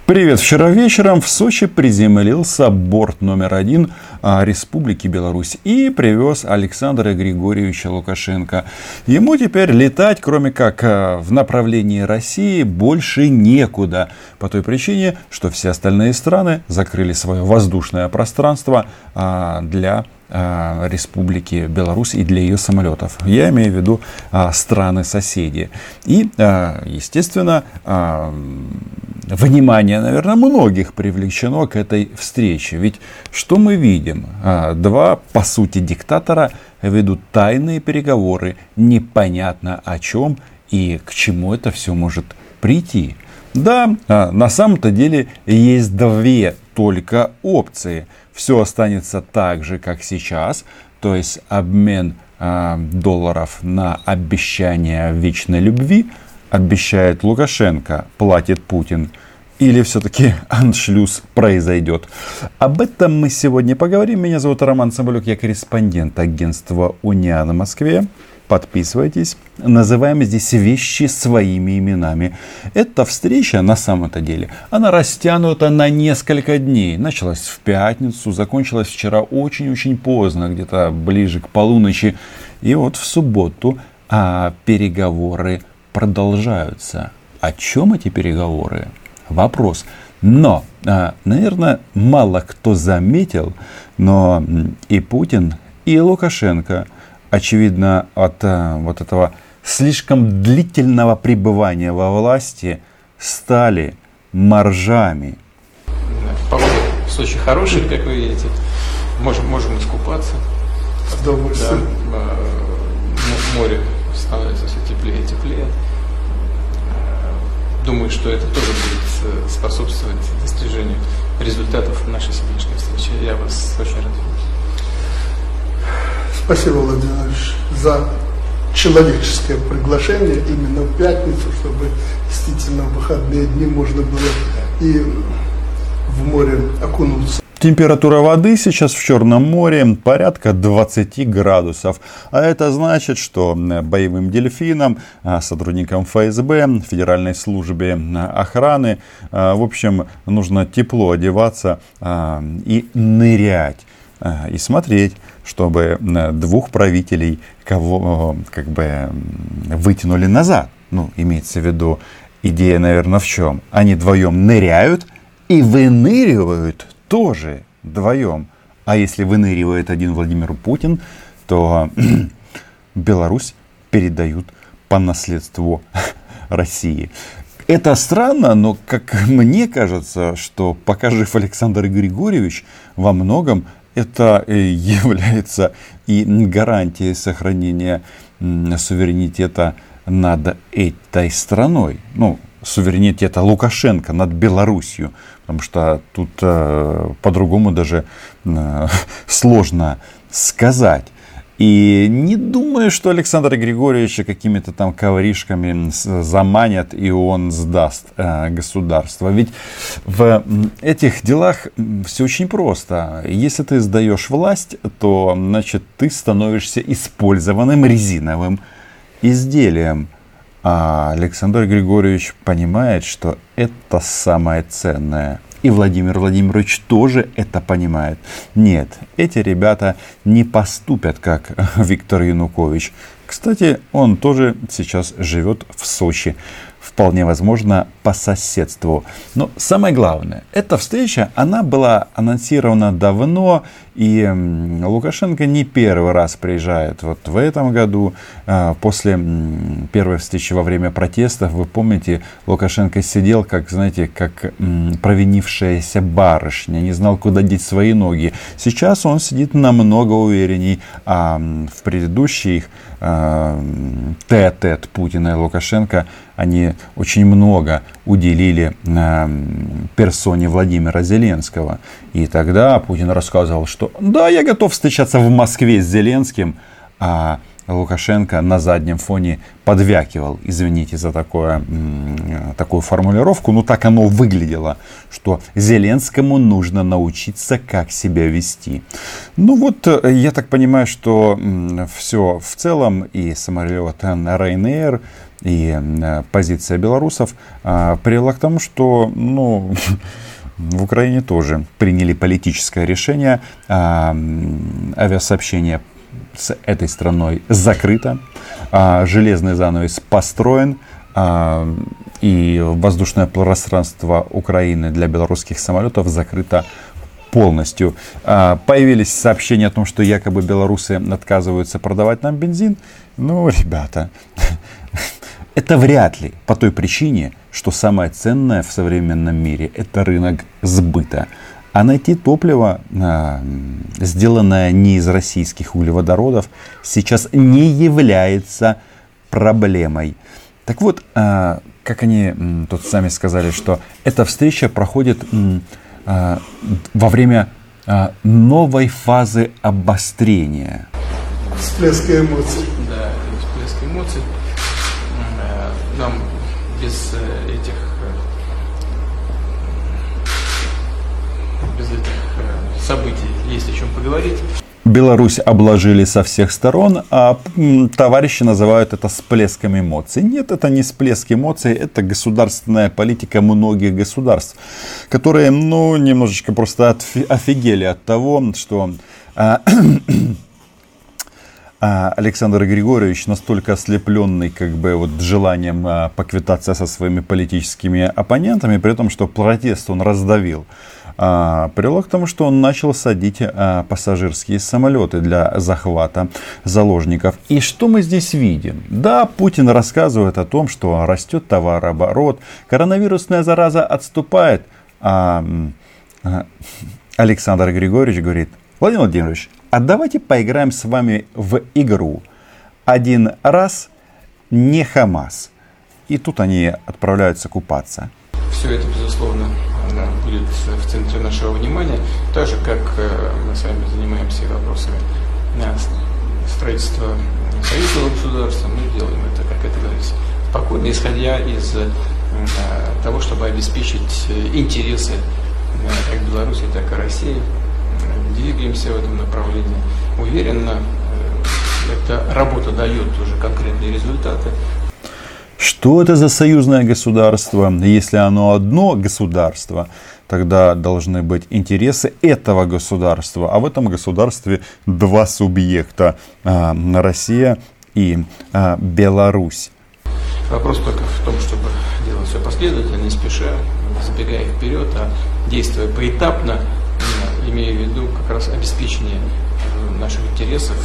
Привет! Вчера вечером в Сочи приземлился борт номер 1 Республики Беларусь и привез Александра Григорьевича Лукашенко. Ему теперь летать, кроме как в направлении России, больше некуда. По той причине, что все остальные страны закрыли свое воздушное пространство для Республики Беларусь и для ее самолетов. Я имею в виду страны-соседи. И, естественно, внимание, наверное, многих привлечено к этой встрече. Ведь что мы видим? Два, по сути, диктатора ведут тайные переговоры, непонятно о чем и к чему это все может прийти. Да, на самом-то деле есть две только опции. Все останется так же, как сейчас, то есть обмен долларов на обещание вечной любви. Обещает Лукашенко, платит Путин. Или все-таки аншлюз произойдет? Об этом мы сегодня поговорим. Меня зовут Роман Соболюк, я корреспондент агентства Униан в Москве. Подписывайтесь. Называем здесь вещи своими именами. Эта встреча на самом-то деле, она растянута на несколько дней. Началась в пятницу, закончилась вчера очень-очень поздно, где-то ближе к полуночи. И вот в субботу переговоры продолжаются. О чем эти переговоры? Вопрос. Но, наверное, мало кто заметил, но и Путин, и Лукашенко, очевидно, от вот этого слишком длительного пребывания во власти стали моржами. Погода в Сочи хорошая, как вы видите. Можем искупаться. Да, море становится все теплее и теплее. Думаю, что это тоже будет способствовать достижению результатов нашей сегодняшней встречи. Я вас очень рад видеть. Спасибо, Владимир Владимирович, за человеческое приглашение именно в пятницу, чтобы действительно в выходные дни можно было и в море окунуться. Температура воды сейчас в Черном море порядка 20 градусов. А это значит, что боевым дельфинам, сотрудникам ФСБ, Федеральной службе охраны, в общем, нужно тепло одеваться и нырять. И смотреть, чтобы двух правителей как бы вытянули назад. Ну, имеется в виду, идея, наверное, в чем? Они вдвоем ныряют и выныривают тоже вдвоем. А если выныривает один Владимир Путин, то Беларусь передают по наследству России. Это странно, но, как мне кажется, что пока жив Александр Григорьевич, во многом это является и гарантией сохранения суверенитета над этой страной. Ну, суверенитета Лукашенко над Белоруссией. Потому что тут по-другому даже сложно сказать. И не думаю, что Александра Григорьевича какими-то там ковришками заманят и он сдаст государство. Ведь в этих делах все очень просто. Если ты сдаешь власть, то значит ты становишься использованным резиновым изделием. А Александр Григорьевич понимает, что это самое ценное. И Владимир Владимирович тоже это понимает. Нет, эти ребята не поступят, как Виктор Янукович. Кстати, он тоже сейчас живет в Сочи. Вполне возможно, по соседству. Но самое главное, эта встреча, она была анонсирована давно. И Лукашенко не первый раз приезжает. Вот в этом году, после первой встречи во время протестов, вы помните, Лукашенко сидел, как, знаете, как провинившаяся барышня, не знал, куда деть свои ноги. Сейчас он сидит намного уверенней. А в предыдущих тет-а-тет Путина и Лукашенко они очень много уделили персоне Владимира Зеленского. И тогда Путин рассказывал, что да, я готов встречаться в Москве с Зеленским, а Лукашенко на заднем фоне подвякивал, извините за такую формулировку, но так оно выглядело, что Зеленскому нужно научиться, как себя вести. Ну вот, я так понимаю, что все в целом, и самолет Ryanair, и позиция белорусов привела к тому, что в Украине тоже приняли политическое решение. Авиасообщение с этой страной закрыто. Железный занавес построен. И воздушное пространство Украины для белорусских самолетов закрыто полностью. Появились сообщения о том, что якобы белорусы отказываются продавать нам бензин. Ребята, это вряд ли по той причине, что самое ценное в современном мире – это рынок сбыта. А найти топливо, сделанное не из российских углеводородов, сейчас не является проблемой. Так вот, как они тут сами сказали, что эта встреча проходит во время новой фазы обострения. Всплеска эмоций. Да, всплеск эмоций. Нам без этих событий есть о чем поговорить. Беларусь обложили со всех сторон, а товарищи называют это всплеском эмоций. Нет, это не всплеск эмоций, это государственная политика многих государств, которые, немножечко просто офигели от того, что Александр Григорьевич настолько ослепленный желанием поквитаться со своими политическими оппонентами, при том, что протест он раздавил, привело к тому, что он начал садить пассажирские самолеты для захвата заложников. И что мы здесь видим? Да, Путин рассказывает о том, что растет товарооборот, коронавирусная зараза отступает. Александр Григорьевич говорит: Владимир Владимирович, а давайте поиграем с вами в игру. Один раз не Хамас. И тут они отправляются купаться. Все это, безусловно, будет в центре нашего внимания, так же, как мы с вами занимаемся вопросами строительства союзного государства. Мы делаем это, как это говорится, спокойно, исходя из того, чтобы обеспечить интересы как Беларуси, так и России. Двигаемся в этом направлении уверенно. Эта работа дает уже конкретные результаты. Что это за союзное государство? Если оно одно государство, тогда должны быть интересы этого государства. А в этом государстве два субъекта. Россия и Беларусь. Вопрос только в том, чтобы делать все последовательно, не спеша, забегая вперед, а действуя поэтапно, имея в виду как раз обеспечение наших интересов,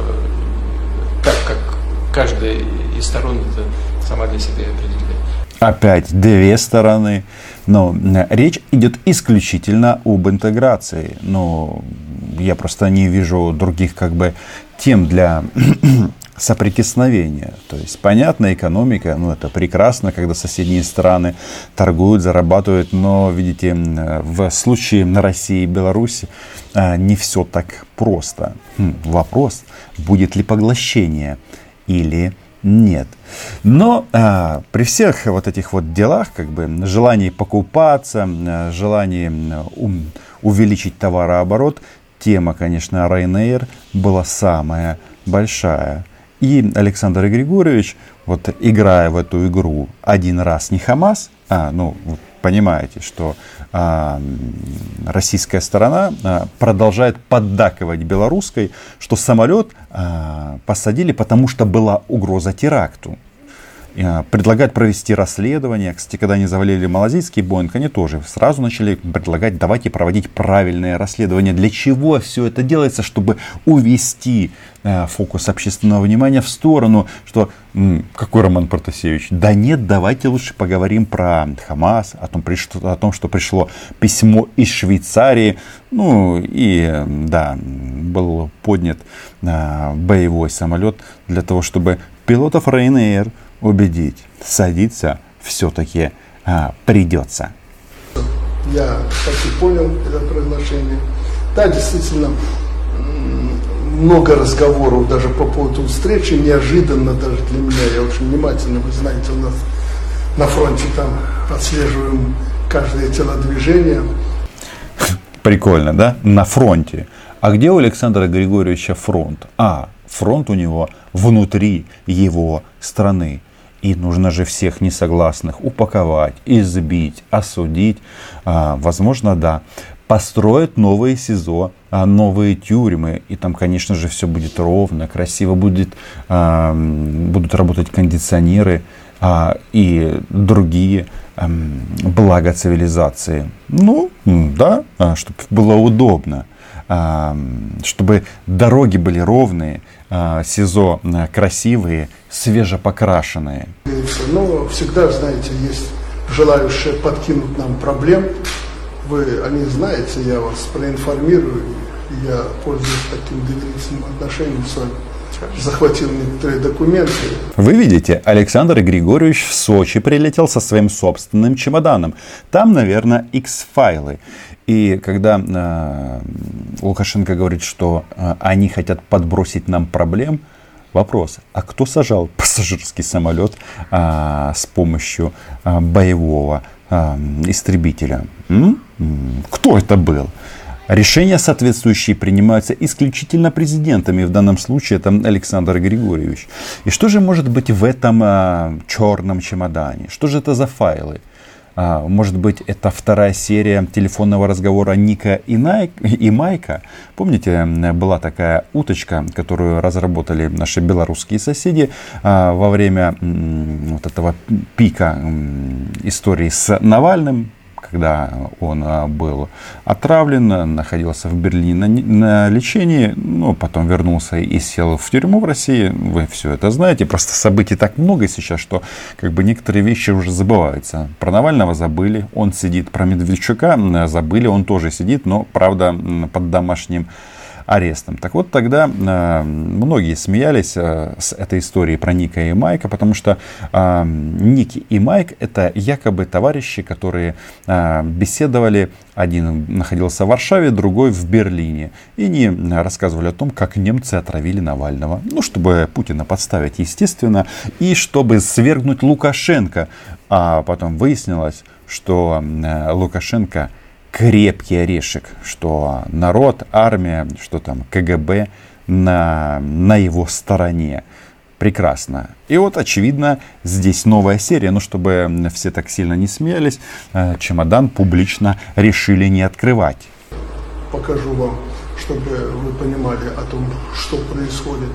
так как каждая из сторон это сама для себя определяет. Опять две стороны. Но речь идет исключительно об интеграции. Но я просто не вижу других тем для соприкосновения. То есть, понятно, экономика, это прекрасно, когда соседние страны торгуют, зарабатывают, но, видите, в случае на России и Беларуси не все так просто. Вопрос, будет ли поглощение или нет. Но при всех этих делах, желании покупаться, желании увеличить товарооборот, тема, конечно, Ryanair была самая большая. И Александр Григорьевич, играя в эту игру один раз не Хамас, вы понимаете, что российская сторона продолжает поддакивать белорусской, что самолет посадили, потому что была угроза теракту. Предлагают провести расследование. Кстати, когда они завалили малазийский Боинг, они тоже сразу начали предлагать: давайте проводить правильное расследование. Для чего все это делается? Чтобы увести фокус общественного внимания в сторону, что какой Роман Протасевич? Да нет, давайте лучше поговорим про Хамас, о том, что пришло письмо из Швейцарии. И да, был поднят боевой самолет для того, чтобы пилотов Ryanair убедить, садиться все-таки придется. Я так и понял это приглашение. Да, действительно, много разговоров даже по поводу встречи, неожиданно даже для меня. Я очень внимательно, вы знаете, у нас на фронте там отслеживаем каждое телодвижение. Прикольно, да? На фронте. А где у Александра Григорьевича фронт? Фронт у него внутри его страны. И нужно же всех несогласных упаковать, избить, осудить. Возможно, да. Построят новые СИЗО, новые тюрьмы. И там, конечно же, все будет ровно, красиво. Будут работать кондиционеры и другие блага цивилизации. Ну, да, чтобы было удобно. Чтобы дороги были ровные, СИЗО красивые, свежепокрашенные. Но всегда, знаете, есть желающие подкинуть нам проблем. Вы о них знаете, я вас проинформирую. Я пользуюсь таким доверительным отношением с вами. Захватил некоторые документы. Вы видите, Александр Григорьевич в Сочи прилетел со своим собственным чемоданом. Там, наверное, X-файлы. И когда Лукашенко говорит, что они хотят подбросить нам проблем, вопрос, а кто сажал пассажирский самолет с помощью боевого истребителя? Кто это был? Решения соответствующие принимаются исключительно президентами. В данном случае это Александр Григорьевич. И что же может быть в этом черном чемодане? Что же это за файлы? Может быть, это вторая серия телефонного разговора Ника и Майка. Помните, была такая уточка, которую разработали наши белорусские соседи во время вот этого пика истории с Навальным, когда он был отравлен, находился в Берлине на лечении, но потом вернулся и сел в тюрьму в России. Вы все это знаете. Просто событий так много сейчас, что как бы некоторые вещи уже забываются. Про Навального забыли, он сидит. Про Медведчука забыли, он тоже сидит, но, правда, под домашним арестом. Так вот, тогда многие смеялись с этой историей про Ника и Майка, потому что Ник и Майк — это якобы товарищи, которые беседовали. Один находился в Варшаве, другой в Берлине. И они рассказывали о том, как немцы отравили Навального. Ну, чтобы Путина подставить, естественно, и чтобы свергнуть Лукашенко. А потом выяснилось, что Лукашенко крепкий орешек, что народ, армия, что там КГБ на его стороне. Прекрасно. И вот, очевидно, здесь новая серия. Но чтобы все так сильно не смеялись, чемодан публично решили не открывать. Покажу вам, чтобы вы понимали о том, что происходит.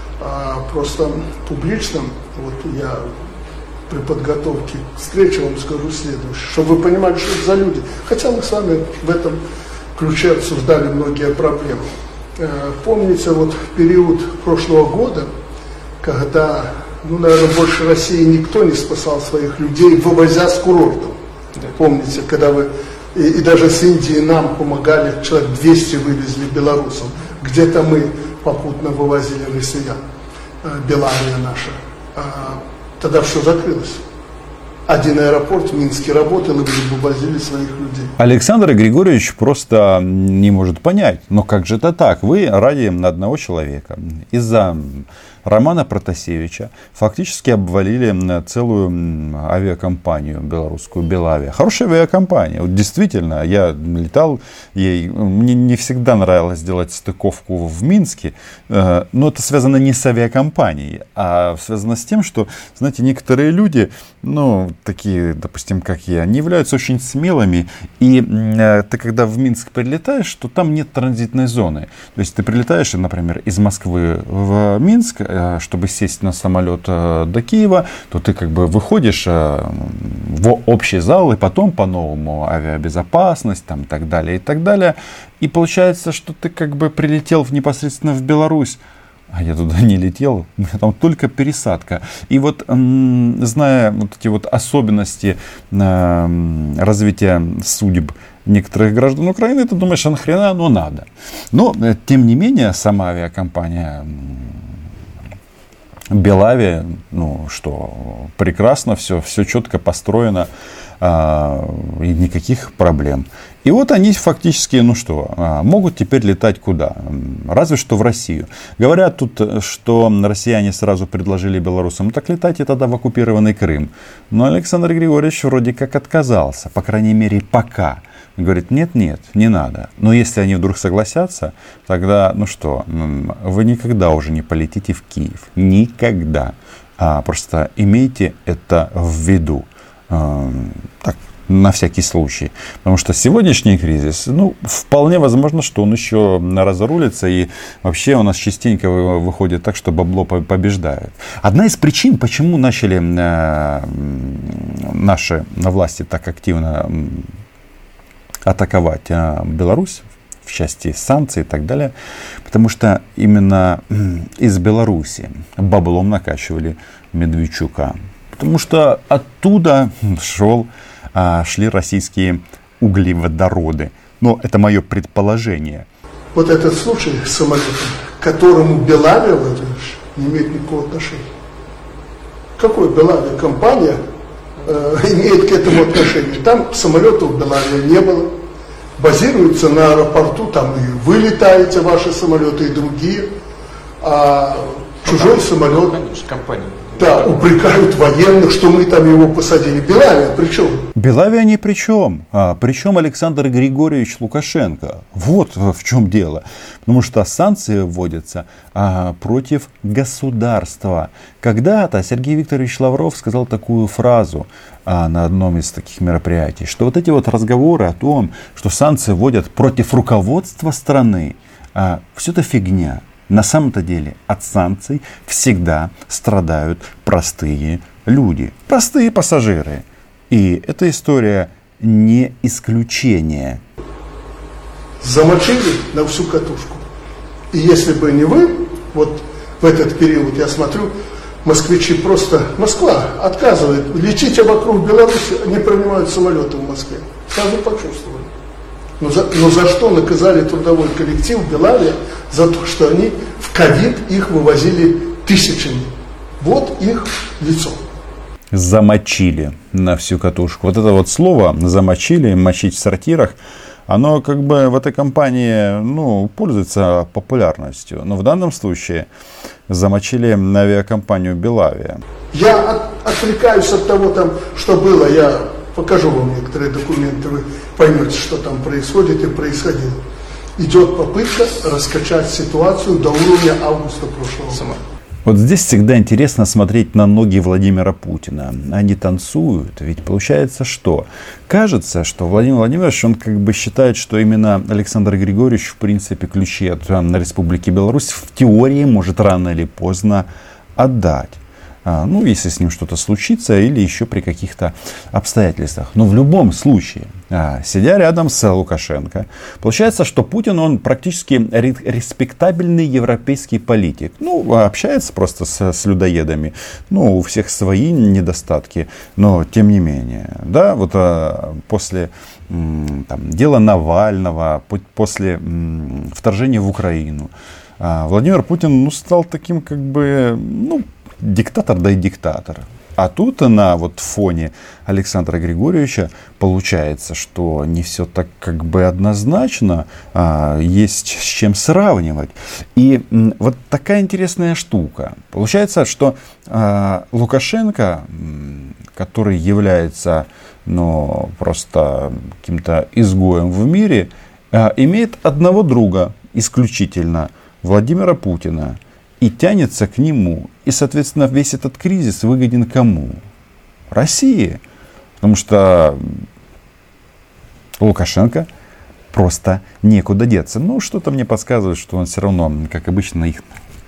Просто публично, вот я при подготовке к встрече вам скажу следующее, чтобы вы понимали, что это за люди. Хотя мы с вами в этом ключе обсуждали многие проблемы. Помните, вот в период прошлого года, когда, наверное, больше России никто не спасал своих людей, вывозя с курортов. Да. Помните, когда вы, и даже с Индии нам помогали, человек 200 вывезли белорусов. Где-то мы попутно вывозили россиян, Белавия наша. Тогда все закрылось. Один аэропорт в Минске работал, и вывозили своих людей. Александр Григорьевич просто не может понять, но как же это так? Вы ради одного человека из-за Романа Протасевича фактически обвалили целую авиакомпанию белорусскую, Белавия. Хорошая авиакомпания. Вот действительно, я летал ей. Мне не всегда нравилось делать стыковку в Минске, но это связано не с авиакомпанией, а связано с тем, что, знаете, некоторые люди, такие, допустим, как я, они являются очень смелыми. И ты, когда в Минск прилетаешь, то там нет транзитной зоны. То есть ты прилетаешь, например, из Москвы в Минск, чтобы сесть на самолет до Киева, то ты как бы выходишь в общий зал, и потом по-новому авиабезопасность, там, и так далее, и так далее. И получается, что ты как бы прилетел непосредственно в Беларусь. А я туда не летел, у меня там только пересадка. И вот, зная вот эти вот особенности развития судеб некоторых граждан Украины, ты думаешь, а нахрена оно надо? Но, тем не менее, сама авиакомпания Белавия, что прекрасно, все четко построено, и никаких проблем. И вот они фактически, могут теперь летать куда? Разве что в Россию. Говорят тут, что россияне сразу предложили белорусам, так летайте тогда в оккупированный Крым. Но Александр Григорьевич вроде как отказался, по крайней мере пока. Говорит, нет, не надо. Но если они вдруг согласятся, тогда, вы никогда уже не полетите в Киев. Никогда. Просто имейте это в виду. Так, на всякий случай. Потому что сегодняшний кризис, вполне возможно, что он еще разрулится. И вообще у нас частенько выходит так, что бабло побеждает. Одна из причин, почему начали наши власти так активно атаковать Беларусь в части санкций и так далее, потому что именно из Беларуси баблом накачивали Медведчука. Потому что оттуда шли российские углеводороды. Но это мое предположение. Вот этот случай с самолетом, к которому Белавия, Владимирович, не имеет никакого отношения. Какой Белавия? Компания имеет к этому отношение. Там самолетов Белавия не было. Базируется на аэропорту, там и вы летаете, ваши самолеты, и другие. А чужой самолет... Конечно, компания. Да, упрекают военных, что мы там его посадили. Белавия при чем? Белавия ни при чем. Причем Александр Григорьевич Лукашенко. Вот в чем дело. Потому что санкции вводятся против государства. Когда-то Сергей Викторович Лавров сказал такую фразу на одном из таких мероприятий, что вот эти вот разговоры о том, что санкции вводят против руководства страны, все это фигня. На самом-то деле от санкций всегда страдают простые люди, простые пассажиры. И эта история не исключение. Замочили на всю катушку. И если бы не вы, вот в этот период, я смотрю, москвичи просто... Москва отказывает. Летите вокруг Беларуси, не принимают самолеты в Москве. Сразу почувствовали. Но за что наказали трудовой коллектив Белавия? За то, что они в ковид их вывозили тысячами. Вот их лицо. Замочили на всю катушку. Вот это вот слово «замочили», «мочить в сортирах», оно как бы в этой компании пользуется популярностью. Но в данном случае замочили авиакомпанию Белавия. Я отвлекаюсь от того, что было. Я покажу вам некоторые документы, вы поймете, что там происходит и происходило. Идет попытка раскачать ситуацию до уровня августа прошлого года. Вот здесь всегда интересно смотреть на ноги Владимира Путина. Они танцуют. Ведь получается что? Кажется, что Владимир Владимирович, он как бы считает, что именно Александр Григорьевич, в принципе, ключи от Республики Беларусь в теории может рано или поздно отдать. Если с ним что-то случится или еще при каких-то обстоятельствах. Но в любом случае, сидя рядом с Лукашенко, получается, что Путин, он практически респектабельный европейский политик. Общается просто с людоедами. У всех свои недостатки, но тем не менее. Да, вот после дела Навального, после вторжения в Украину, Владимир Путин стал таким диктатор, да и диктатор. А тут на фоне Александра Григорьевича получается, что не все так однозначно, есть с чем сравнивать. И вот такая интересная штука. Получается, что Лукашенко, который является просто каким-то изгоем в мире, имеет одного друга исключительно, Владимира Путина. И тянется к нему. И, соответственно, весь этот кризис выгоден кому? России. Потому что Лукашенко просто некуда деться. Что-то мне подсказывает, что он все равно, как обычно, их...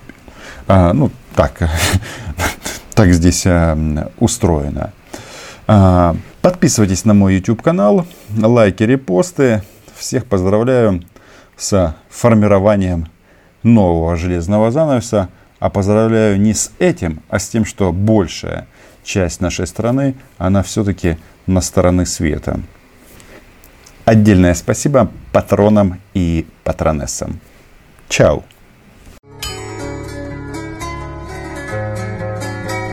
так здесь устроено. Подписывайтесь на мой YouTube канал. Лайки, репосты. Всех поздравляю с формированием нового железного занавеса, а поздравляю не с этим, а с тем, что большая часть нашей страны, она все-таки на стороне света. Отдельное спасибо патронам и патронессам. Чао!